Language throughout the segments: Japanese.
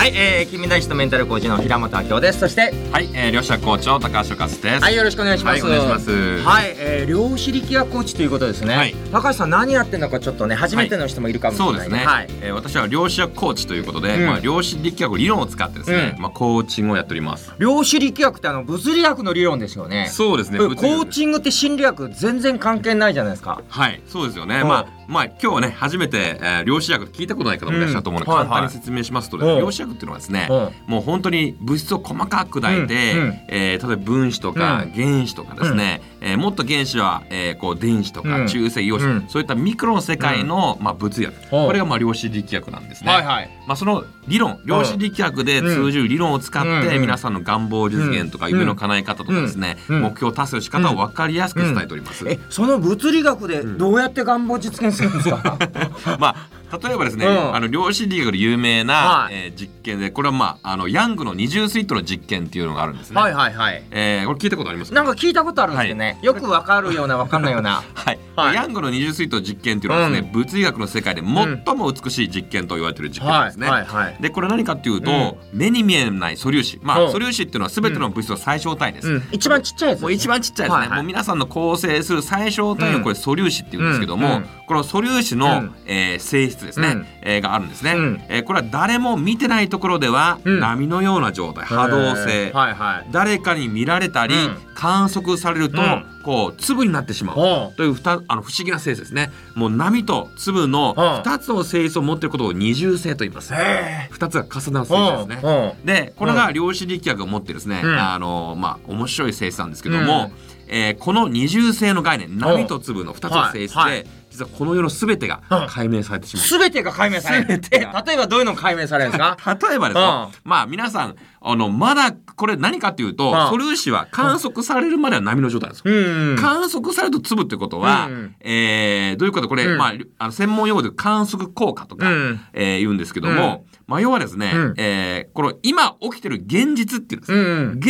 はい、金メダリストメンタルコーチの平本明夫です。そしてはい、量子力コーチの高橋和です。 はい、よろしくお願いします。 はい、お願いします。 はい、量子力学コーチということですね。はい、高橋さん何やってるのかちょっとね初めての人もいるかもしれない、ね。 そうですね。はい、私は量子力コーチということで、量子力学理論を使ってですね、コーチングをやっております。 量子力学って物理学の理論ですよね。 そうですね。 コーチングって心理学全然関係ないじゃないですか。 はい、そうですよね。まあ今日はね初めて、量子力聞いたことない方もいらっしゃると思うので、簡単に説明しますと、量子力っていうのはですね、もう本当に物質を細かく砕いて、例えば分子とか原子とかですね、もっと原子は、こう電子とか中性陽子、そういったミクロの世界の、物理学、これが量子力学なんですね。その理論、量子力学で通じる理論を使って、皆さんの願望実現とか夢の叶え方とかですね、目標達成の仕方を分かりやすく伝えております。 その物理学でどうやって願望実現するんですか？ 例えばですね、量子力学で有名な、実験で、これはヤングの二重スイートの実験っていうのがあるんですね。これ聞いたことありますか？ なんか聞いたことあるんですよね。よくわかるようなわかんないような。 ヤングの二重スイートの実験っていうのはですね、物理学の世界で最も美しい実験と言われている実験なんですね。でこれ何かっていうと、目に見えない素粒子、素粒子っていうのは全ての物質の最小単位です。 一番ちっちゃいやつ。 もう一番ちっちゃいですね。もう皆さんの構成する最小単位のこれ素粒子っていうんですけども、この素粒子の性質ですね、があるんですね。これは誰も見てないところでは波のような状態、波動性、誰かに見られたり観測されるとこう粒になってしまうという不思議な性質ですね。もう波と粒の2つの性質を持っていることを二重性と言います。2つが重なる性質ですね。でこれが量子力学が持っているですね、面白い性質なんですけども、この二重性の概念、波と粒の2つの性質で実はこの世の全てが解明されてしまう。 全てが解明される。例えばどういうのが解明されるんですか？ 例えばですよ、皆さんまだこれ何かっていうと、素粒子は観測されるまでは波の状態なんですよ。観測されると粒ってことは、どういうこと？これ、専門用語で観測効果とか、言うんですけども、要はですね、この今起きてる現実っていうんです。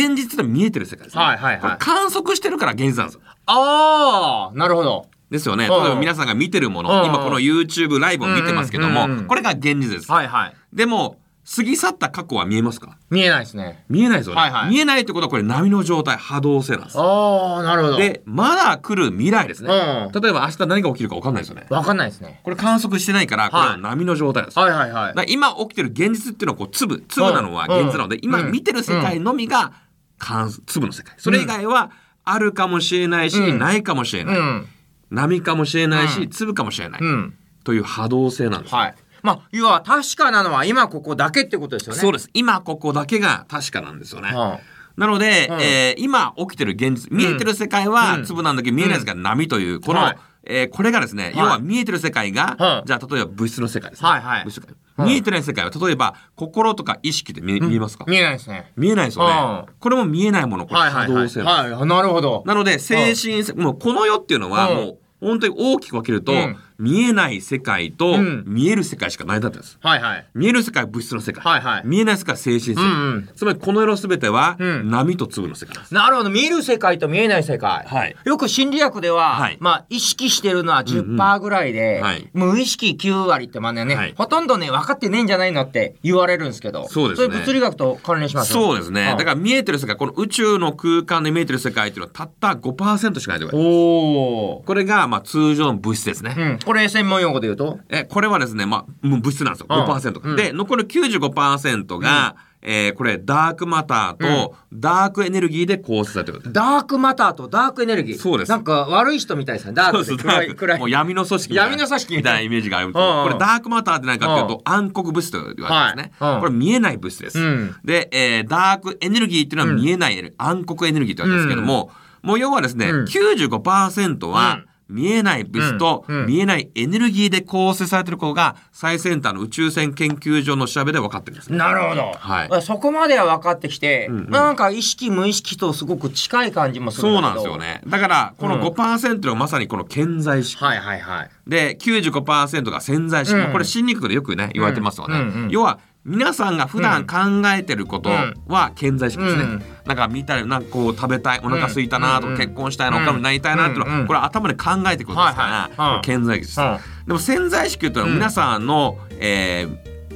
現実で見えてる世界ですね。これ観測してるから現実なんですよ。 ああ、なるほど。 ですよね。例えば皆さんが見てるもの、今この YouTube ライブを見てますけども、これが現実です。でも過ぎ去った過去は見えますか？ 見えないですね。 見えないですよね。見えないってことはこれ波の状態、波動性なんです。 なるほど。 でまだ来る未来ですね。例えば明日何が起きるか分かんないですよね。 分かんないですね。 これ観測してないから、これは波の状態です。今起きてる現実っていうのはこう粒なのは現実なので、今見てる世界のみが粒の世界。それ以外はあるかもしれないし、ないかもしれない。波かもしれないし、粒かもしれない、という波動性なんです。 要は確かなのは今ここだけってことですよね。 そうです。今ここだけが確かなんですよね。なので、今起きてる現実、見えてる世界は粒なんだけど、見えない世界は波というこの、これがですね、要は見えてる世界が、じゃあ例えば物質の世界ですね。物質の世界。見えてない世界は例えば心とか意識で見えますか？ 見えないですね。 見えないですよね。これも見えないもの、これ波動性なんです。 なるほど。 なので精神性、もうこの世っていうのはもう本当に大きく分けると、見えない世界と見える世界しかないんだったんです。見える世界は物質の世界、見えない世界は精神世界、つまりこの世の全ては波と粒の世界です。 なるほど。見える世界と見えない世界、よく心理学では、意識してるのは 10% ぐらいで、無意識9割ってね、ほとんどね分かってねえんじゃないのって言われるんですけど、 そうですね。 それ物理学と関連します？ そうですね。だから見えてる世界、この宇宙の空間で見えてる世界っていうのはたった 5% しかないと言われてます。これが通常の物質ですね。 これ専門用語で言うと、 これはですね、物質なんですよ。5%、で残り 95% が、これダークマターとダークエネルギーで構成されてる。 ダークマターとダークエネルギー。 そうです。 なんか悪い人みたいですね。ダークで暗い。 もう闇の組織みたいなイメージがあるんですけど、これダークマターって何かっていうと暗黒物質と言われてますね。これ見えない物質です。で、ダークエネルギーっていうのは見えない暗黒エネルギーって言われてますけども、もう要はですね、95% は見えない物質と見えないエネルギーで構成されていることが最先端の宇宙船研究所の調べで分かってるんです。 なるほど、そこまでは分かってきて、なんか意識無意識とすごく近い感じもするんだけど。 そうなんですよね。だからこの 5% はまさにこの顕在意識、で 95% が潜在意識、これ心理学でよくね言われてますよね。要は皆さんが普段考えてることは顕在意識ですね。なんか見たり、なんかこう食べたい、お腹空いたなとか、結婚したいな、お金になりたいなっていうのは、これは頭で考えていくことですから、顕在意識です。でも潜在意識というのは皆さんの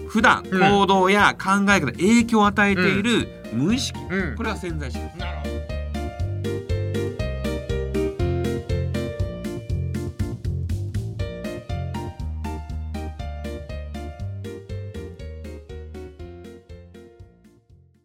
普段行動や考え方に影響を与えている無意識、これが潜在意識です。 なるほど。